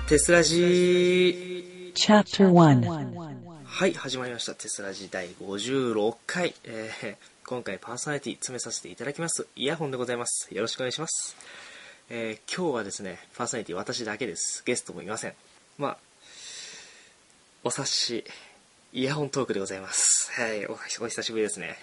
テスラジー Chapter 1 はい、始まりました。テスラジ第56回、今回パーソナリティ詰めさせていただきますイヤホンでございます。よろしくお願いします。今日はですね、パーソナリティ私だけです。ゲストもいません。お察しイヤホントークでございます。はい、お久しぶりですね。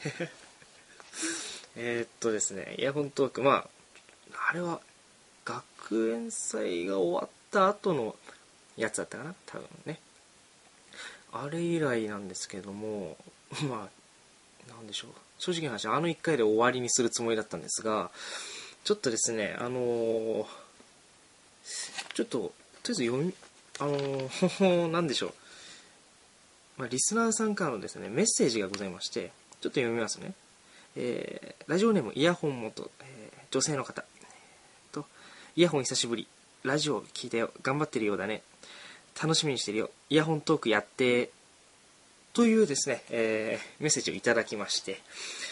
ですね、イヤホントーク、あれは学園祭が終わった後のやつだったかな、多分ね。あれ以来なんですけども、なんでしょう、正直な話、あの1回で終わりにするつもりだったんですが、ちょっとですね、ちょっととりあえず読みなんでしょう、リスナーさんからのですねメッセージがございまして、ちょっと読みますね。ラジオネームイヤホン元、女性の方イヤホン久しぶり、ラジオ聞いたよ、頑張ってるようだね、楽しみにしてるよ、イヤホントークやってというですね、メッセージをいただきまして、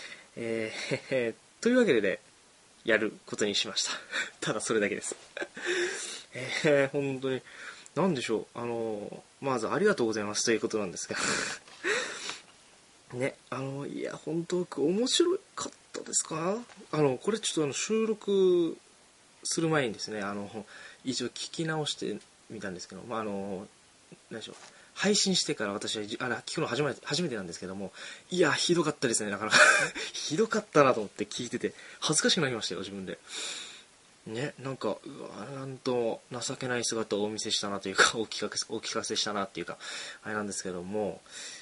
というわけで、やることにしました。ただそれだけです。本当に何でしょう、まずありがとうございますということなんですがね、イヤホントーク面白かったですか？これちょっと収録する前にですね、一応聞き直してみたんですけど、何でしょう、配信してから私は聞くの初めてなんですけども、いやひどかったですね、なかなかひどかったなと思って聞いてて恥ずかしくなりましたよ、自分でね。なんかなんと情けない姿をお見せしたなというかお聞かせしたなっていうかあれなんですけども、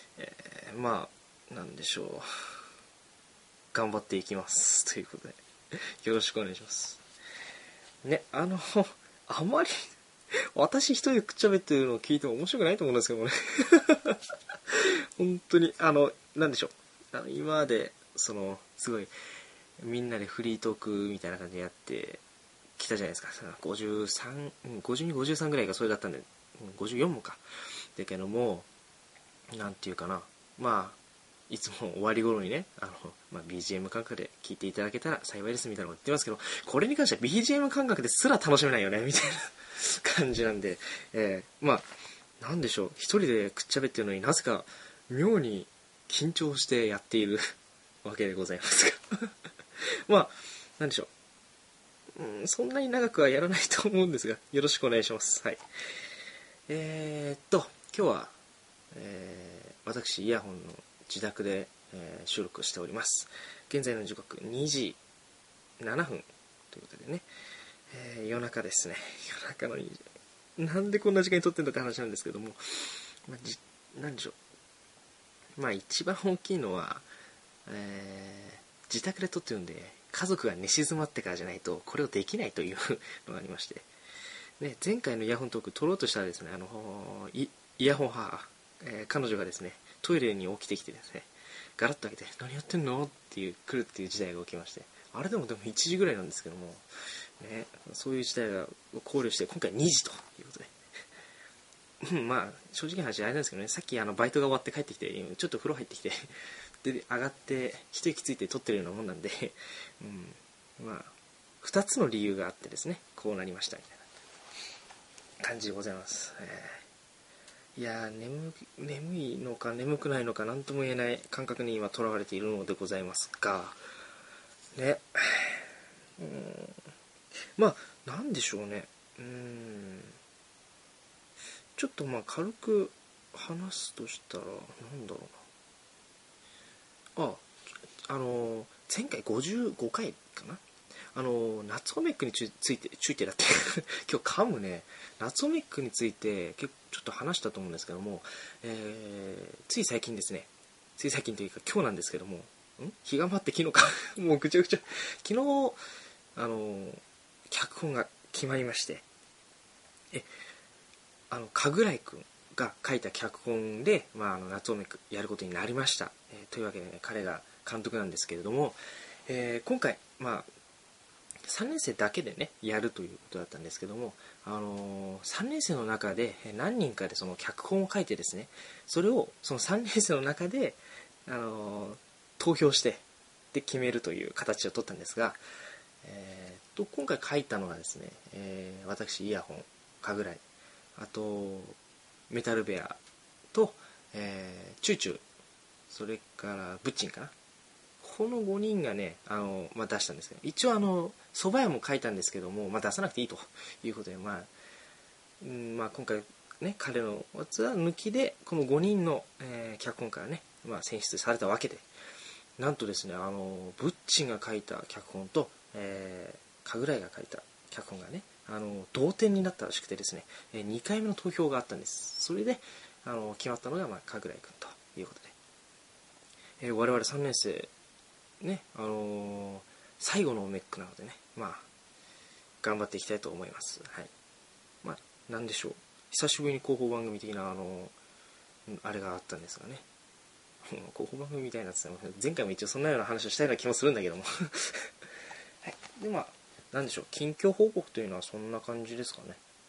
なんでしょう、頑張っていきますということでよろしくお願いしますね。あまり私一人でくっちゃべってるのを聞いても面白くないと思うんですけどもね本当になんでしょう、今まですごいみんなでフリートークみたいな感じでやってきたじゃないですか。53、52、53ぐらいがそれだったんで、54もかだけども、なんていうかな、いつも終わり頃にね、BGM 感覚で聴いていただけたら幸いですみたいなこと言ってますけど、これに関しては BGM 感覚ですら楽しめないよねみたいな感じなんで、なんでしょう、一人でくっちゃべってるのになぜか妙に緊張してやっているわけでございますがなんでしょう、そんなに長くはやらないと思うんですが、よろしくお願いします。はい。今日は、私イヤホンの自宅で、収録しております。現在の時刻2時7分ということでね、夜中ですね。夜中の2時、なんでこんな時間に撮ってんだって話なんですけども、なんでしょう、一番大きいのは、自宅で撮ってるんで家族が寝静まってからじゃないとこれをできないというのがありまして、で前回のイヤホントーク撮ろうとしたらですね、イヤホン派、彼女がですねトイレに起きてきてですね、ガラッと開けて何やってんのっていう来るっていう事態が起きまして、あれでも1時ぐらいなんですけども、ね、そういう事態を考慮して今回2時ということで正直な話あれなんですけどね、さっきバイトが終わって帰ってきてちょっと風呂入ってきてで上がって一息ついて撮ってるようなもんなんで、2つの理由があってですね、こうなりましたみたいな感じでございます。いや眠いのか眠くないのか何とも言えない感覚に今とらわれているのでございますがね、なんでしょうね、ちょっと軽く話すとしたらなんだろうな、前回55回かな、夏オメックについてだって今日噛むね、夏オメックについてちょっと話したと思うんですけども、つい最近ですね、つい最近というか今日なんですけども、日が回って昨日かもうぐちゃぐちゃ、昨日脚本が決まりまして、神楽井くんが書いた脚本で、夏オメックやることになりました。というわけでね、彼が監督なんですけれども、今回3年生だけでねやるということだったんですけども、3年生の中で何人かでその脚本を書いてですね、それをその3年生の中で、投票してで決めるという形を取ったんですが、今回書いたのはですね、私イヤホン神楽井あとメタルベアと、チューチュー、それからブッチンかな、この5人がね出したんですけど、一応蕎麦屋も書いたんですけども、出さなくていいということで、今回ね彼のやつは抜きでこの5人の、脚本からね、選出されたわけで、なんとですねブッチンが書いた脚本と、神楽井が書いた脚本がね同点になったらしくてですね、2回目の投票があったんです。それで決まったのが神楽井君ということで、我々3年生ね最後のメックなのでね、頑張っていきたいと思います。はい。なんでしょう、久しぶりに広報番組的なあれがあったんですがね、広報番組みたいなやつ、前回も一応そんなような話をしたような気もするんだけどもはい。でなんでしょう、近況報告というのはそんな感じですか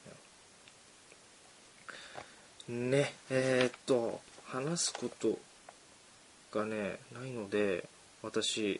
ね。話すことがねないので、私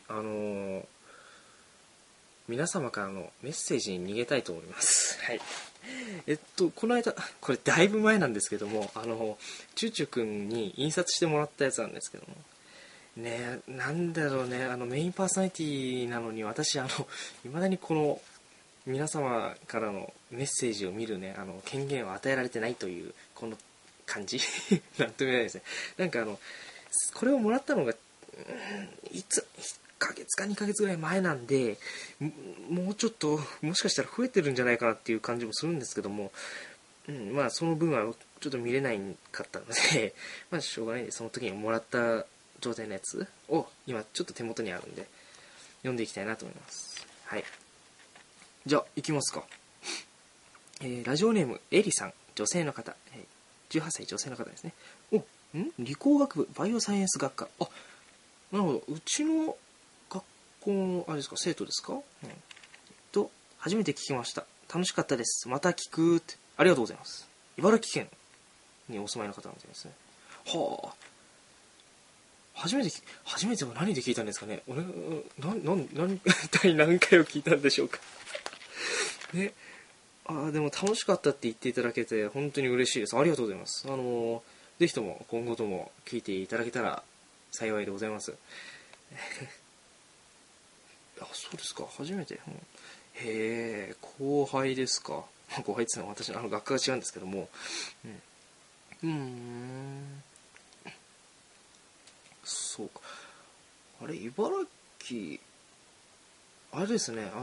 皆様からのメッセージに逃げたいと思います。はい。この間、これだいぶ前なんですけども、チューチューくんに印刷してもらったやつなんですけども、ね、なんだろうね、メインパーソナリティなのに私、未だにこの、皆様からのメッセージを見るね、権限を与えられてないという、この感じなんとも言えないですね。なんかこれをもらったのが、いつ、1ヶ月か2ヶ月ぐらい前なんで、もうちょっと、もしかしたら増えてるんじゃないかなっていう感じもするんですけども、その分はちょっと見れないかったのでしょうがないんで、その時にもらった状態のやつを今ちょっと手元にあるんで、読んでいきたいなと思います。はい。じゃあ、いきますか。ラジオネーム、エリさん、女性の方、18歳女性の方ですね。理工学部バイオサイエンス学科。なるほど。うちの学校の、あれですか、生徒ですか？初めて聞きました。楽しかったです。また聞くって。ありがとうございます。茨城県にお住まいの方なんですね。はあ。初めては何で聞いたんですかね。俺、第何回を聞いたんでしょうか。ね。でも楽しかったって言っていただけて本当に嬉しいです。ありがとうございます。ぜひとも今後とも聞いていただけたら幸いでございます。そうですか。初めて。へえ、後輩ですか。後輩っていうのは私の学科が違うんですけども。そうか。あれ、茨城、あれですね、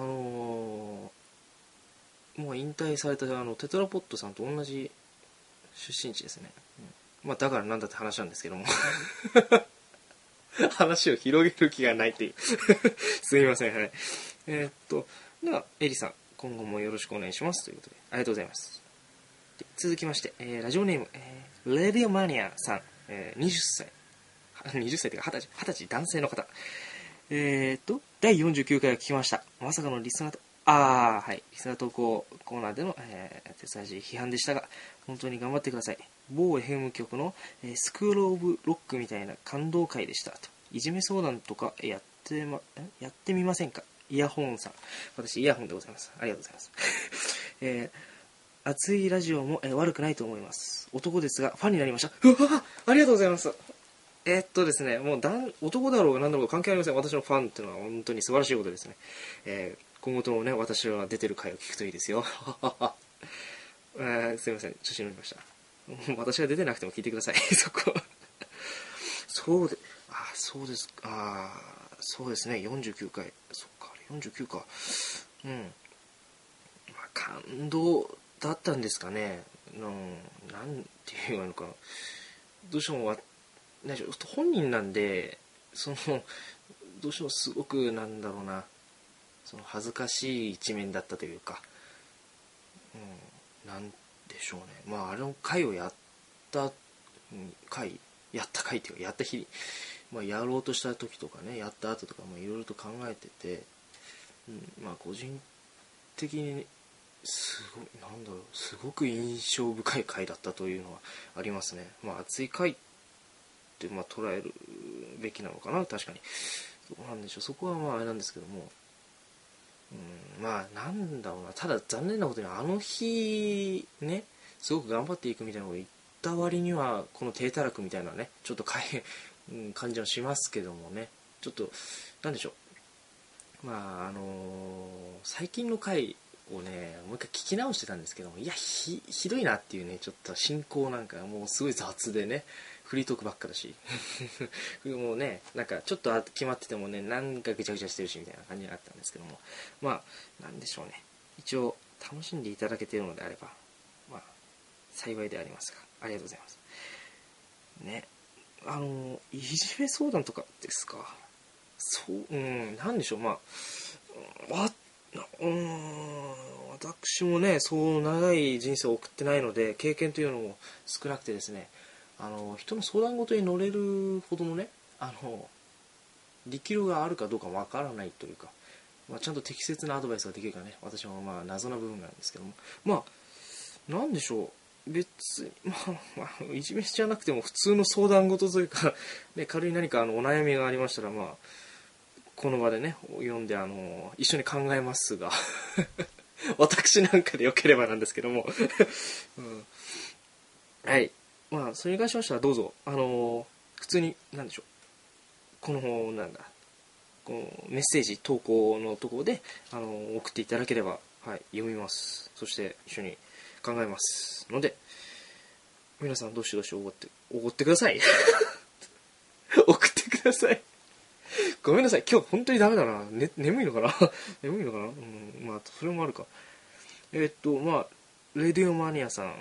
もう引退されたテトラポットさんと同じ出身地ですね。だからなんだって話なんですけども。話を広げる気がないっていう。すみません、はい。では、エリさん、今後もよろしくお願いしますということで、ありがとうございます。続きまして、ラジオネーム、レディオマニアさん、20歳。20歳というか20歳男性の方。第49回を聞きました。まさかのリスナーと、はい。リスナー投稿コーナーでの、手伝い批判でしたが、本当に頑張ってください。某 FM 局の、スクールオブロックみたいな感動会でしたと。いじめ相談とかやってみませんか？イヤホンさん。私、イヤホンでございます。ありがとうございます。熱いラジオも、悪くないと思います。男ですが、ファンになりました。うわありがとうございます。ですね、もう男だろうが何だろうが関係ありません。私のファンっていうのは本当に素晴らしいことですね。今後ともね、私は出てる回を聞くといいですよ。すいません、調子に乗りました。私が出てなくても聞いてください。そこ。そうで、そうです。そうですね、49回。そっか、49か。感動だったんですかね。なんていうのかな。どうしても本人なんで、どうしてもすごくなんだろうな、恥ずかしい一面だったというか、なんでしょうね。あれの回をやった回っていうか、やった日、やろうとした時とかね、やった後とかいろいろと考えてて、個人的にすごく印象深い回だったというのはありますね。熱い回って捉えるべきなのかな。確かにそうなんでしょう。そこはあれなんですけども、なんだろうな。ただ残念なことにあの日ね、 すごく頑張っていくみたいなこと言った割には、この低たらくみたいなね、ちょっと感じはしますけどもね、ちょっとなんでしょう、まあ最近の回をねもう一回聞き直してたんですけども、いや、ひどいなっていうね、ちょっと進行なんかもうすごい雑でね、フリートークばっかだしもうね、なんかちょっと決まっててもね、なんかぐちゃぐちゃしてるしみたいな感じがあったんですけども、まあなんでしょうね、一応楽しんでいただけているのであれば、まあ幸いでありますが、ありがとうございますね。いじめ相談とかですか。そう、なんでしょう、まあ私もね、そう長い人生を送ってないので、経験というのも少なくてですね、人の相談事に乗れるほどのね、力量があるかどうかわからないというか、まあ、ちゃんと適切なアドバイスができるかね、私はまあ謎な部分なんですけども、まあなんでしょう、別に、いじめじゃなくても普通の相談事というか、ね、軽い何かお悩みがありましたら、まあこの場でね読んで一緒に考えますが私なんかでよければなんですけども、はい、まあそれに関しましてはどうぞ普通になんでしょう、このなんだこのメッセージ投稿のところで送っていただければ、はい、読みます。そして一緒に考えますので、皆さんどしどしおごってください送ってくださいごめんなさい、今日本当にダメだな、眠いのかな眠いのかな、まあそれもあるか。まあレディオマニアさん、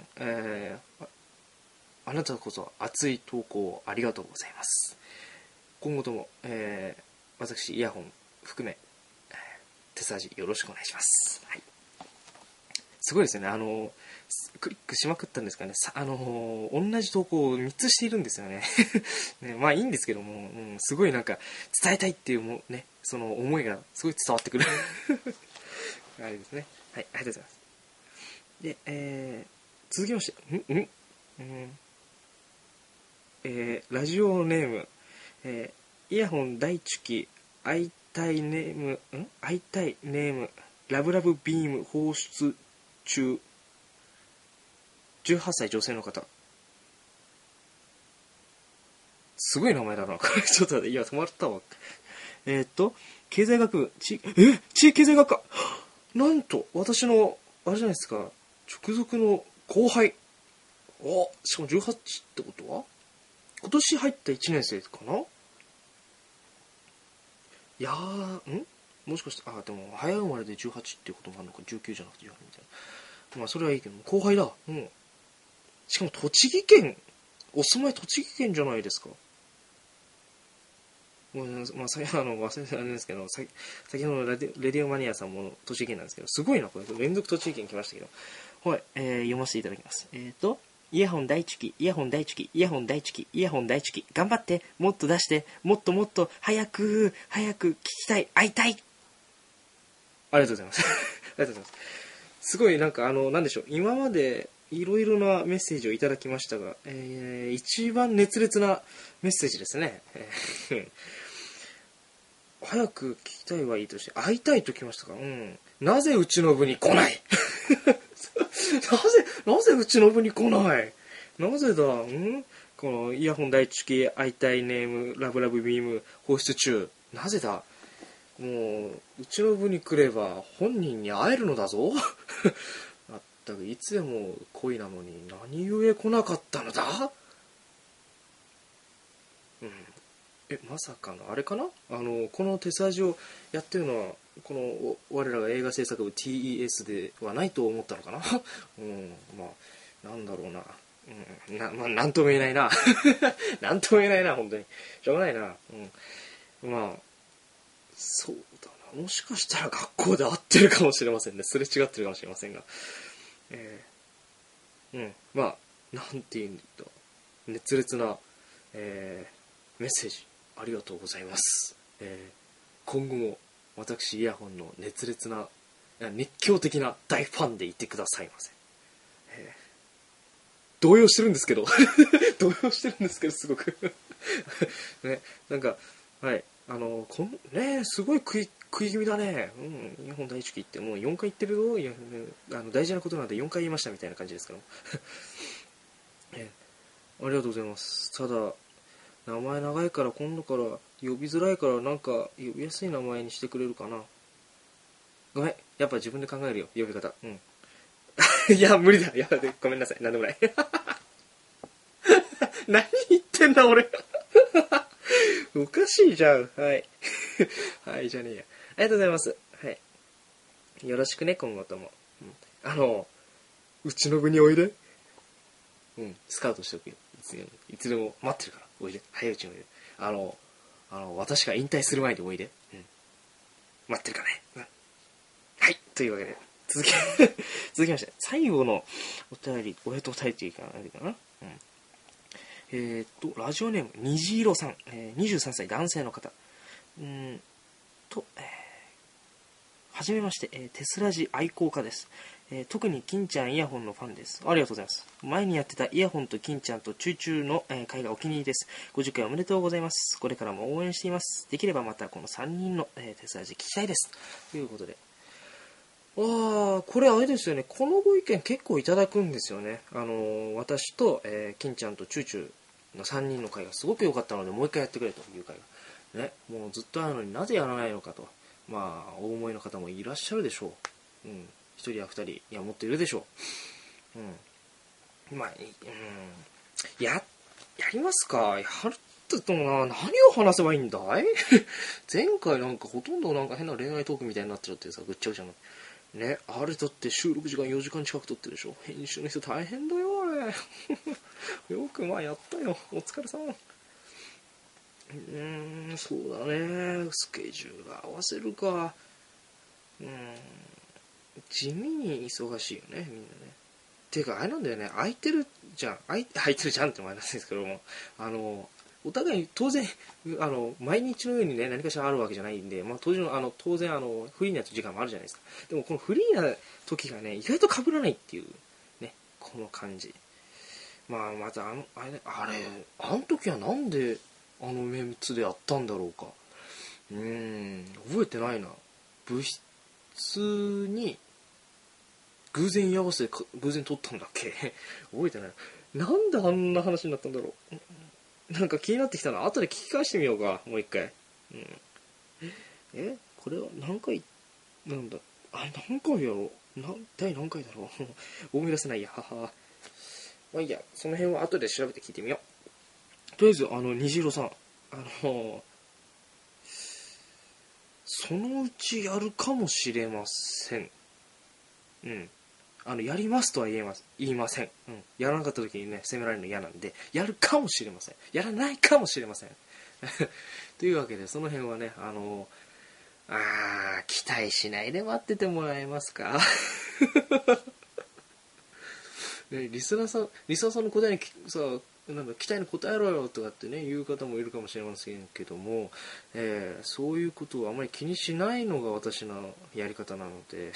あなたこそ熱い投稿ありがとうございます。今後とも、私イヤホン含め手サージよろしくお願いします。はい、すごいですよね、クリックしまくったんですかね、同じ投稿を3つしているんですよねね、まあいいんですけども、すごいなんか伝えたいっていうね、その思いがすごい伝わってくるあれですね。はい、ありがとうございます。で、続きまして、ラジオネーム、イヤホン大チュキ会いたいネーム会いたいネームラブラブビーム放出中18歳女性の方、すごい名前だなこれちょっと待って、いや止まったわ。経済学部地域経済学科、なんと私のあれじゃないですか、直属の後輩。しかも18ってことは今年入った1年生かな。いやもしかしてでも早生まれで18っていうこともあるのか、19じゃなくて18みたいな。まあそれはいいけど後輩だ。しかも栃木県、お住まい栃木県じゃないですか。もうまあ忘れてあれですけど、先ほどのレディオマニアさんも栃木県なんですけど、すごいなこれ、連続栃木県来ましたけど、はい、読ませていただきます。イヤホン大チキ、イヤホン大チキ、イヤホン大チキ、イヤホン大チキ、頑張って、もっと出して、もっともっと早く聞きたい、会いたい。ありがとうございます。ありがとうございます。すごいなんかなんでしょう、今までいろいろなメッセージをいただきましたが、一番熱烈なメッセージですね。早く聞きたいはいいとして、会いたいときましたか。なぜうちの部に来ないなぜうちの部に来ない、なぜだ。このイヤホン大チキ会いたいネームラブラブビーム放出中、なぜだ。もううちの部に来れば本人に会えるのだぞまったくいつでも恋なのに何故来なかったのだ。まさかのあれかな、この手サージをやってるのはこの我らが映画制作部 TES ではないと思ったのかなまあなんだろうな、なんとも言えないななんとも言えないな、本当にしょうがないな。まあそうだな、もしかしたら学校で会ってるかもしれませんね、すれ違ってるかもしれませんが、まあなんていうんだ、熱烈な、メッセージありがとうございます。今後も私イヤホンの熱烈な熱狂的な大ファンでいてくださいませ。動揺してるんですけど動揺してるんですけどすごくね、なんかはいすごい食い食い気味だね。日本第一期ってもう4回言ってるぞ。いや、大事なことなんで4回言いましたみたいな感じですから。ありがとうございます。ただ、名前長いから今度から呼びづらいからなんか呼びやすい名前にしてくれるかな。ごめん。やっぱ自分で考えるよ。呼び方。いや、無理だ。やべ、ごめんなさい。なんでもない。何言ってんだ、俺。おかしいじゃん。はい。はい、じゃねえや。ありがとうございます。はい。よろしくね、今後とも。うちの部においで。スカウトしておくよ。いつでも待ってるから。おいで。早いうちにおいで。私が引退する前においで。待ってるからね。はい。というわけで、続きまして、最後のお便り、お便りっていうかな。ラジオネーム、虹色さん、23歳男性の方。はじめまして、テスラジ愛好家です。特に金ちゃんイヤホンのファンです。ありがとうございます。前にやってたイヤホンと金ちゃんとチューチューの、回がお気に入りです。50回おめでとうございます。これからも応援しています。できればまたこの3人の、テスラジ聞きたいです。ということで。これあれですよね。このご意見結構いただくんですよね。私と、金ちゃんとチューチューの3人の回がすごく良かったので、もう一回やってくれという回が。ね、もうずっとあるのになぜやらないのかと。まあ、お思いの方もいらっしゃるでしょう。一人や二人、いや、もっといるでしょう。まあ、やりますか。やるって言ってもな、何を話せばいいんだい前回なんかほとんどなんか変な恋愛トークみたいになっちゃってさ、ぐっちゃぐちゃな。ね、あれだって収録時間4時間近く撮ってるでしょ。編集の人大変だよ、あれ。よくまあやったよ。お疲れさん。そうだね。スケジュール合わせるか。地味に忙しいよね、みんなね。ていうか、あれなんだよね。空いてるじゃんってもあれなんですけども、お互い当然、毎日のようにね、何かしらあるわけじゃないんで、まあ、当然、フリーな時間もあるじゃないですか。でも、このフリーな時がね、意外と被らないっていう、ね、この感じ。まあ、また、あの時はなんで、メンツでやったんだろうか。覚えてないな。部室に、偶然居合わせて偶然撮ったんだっけ覚えてない。なんであんな話になったんだろう。なんか気になってきたな。後で聞き返してみようか。もう一回。これは何回なんだ。何回やろう。第何回だろう。思い出せないや。はは。まあいいや。その辺は後で調べて聞いてみよう。とりあえず、虹色さん。そのうちやるかもしれません。やりますとは言いません。やらなかった時にね、責められるの嫌なんで、やるかもしれません。やらないかもしれません。というわけで、その辺はね、期待しないで待っててもらえますかね、リスナーさんの答えにさ、期待に応えろよとかってね、言う方もいるかもしれませんけども、そういうことをあまり気にしないのが私のやり方なので、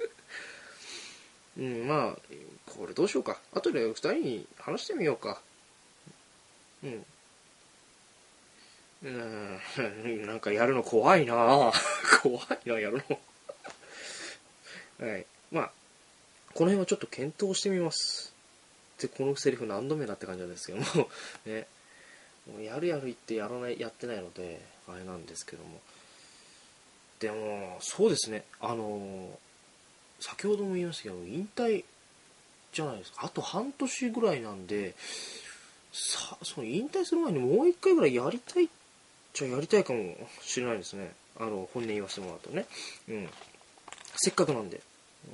まあ、これどうしようか。後で二人に話してみようか。なんかやるの怖いな怖いな、やるの。はい。まあ、この辺はちょっと検討してみます。で、このセリフ何度目だって感じなんですけども、ね。もうやる言ってやってないので、あれなんですけども。でも、そうですね。先ほども言いましたけど、引退じゃないですか。あと半年ぐらいなんで、その引退する前にもう一回ぐらいやりたいっちゃやりたいかもしれないですね。本音言わせてもらうとね。せっかくなんで。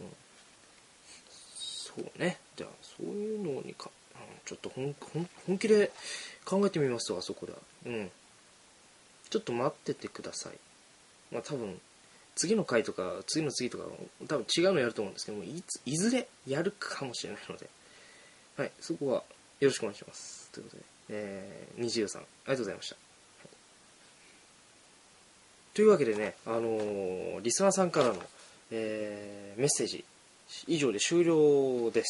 そうね。じゃあ、そういうのにちょっと本気で考えてみますわ、そこでは。ちょっと待っててください。まあ多分、次の回とか、次の次とか、多分違うのやると思うんですけども、いずれやるかもしれないので、はい、そこはよろしくお願いします。ということで、20さん、ありがとうございました。というわけでね、リスナーさんからの、メッセージ、以上で終了です。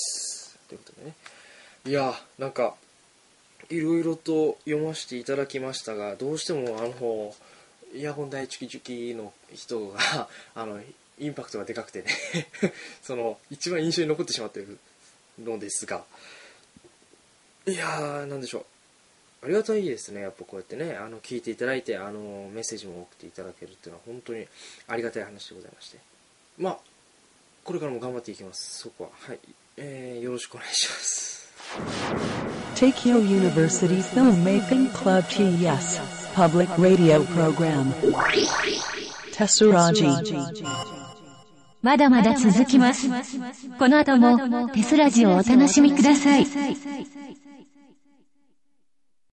ということでね。いや、なんか、いろいろと読ませていただきましたが、どうしてもイヤホン大チキチキの人がインパクトがでかくてねその一番印象に残ってしまっているのですが、いやー、なんでしょう、ありがたいですね。やっぱこうやってね聞いていただいてメッセージも送っていただけるっていうのは本当にありがたい話でございまして、まあこれからも頑張っていきます。そこははい、よろしくお願いします。 Tokyo University Filmmaking Club TES Public Radio Program Tesuraji。 まだまだ続きます。この後もテスラジをお楽しみください。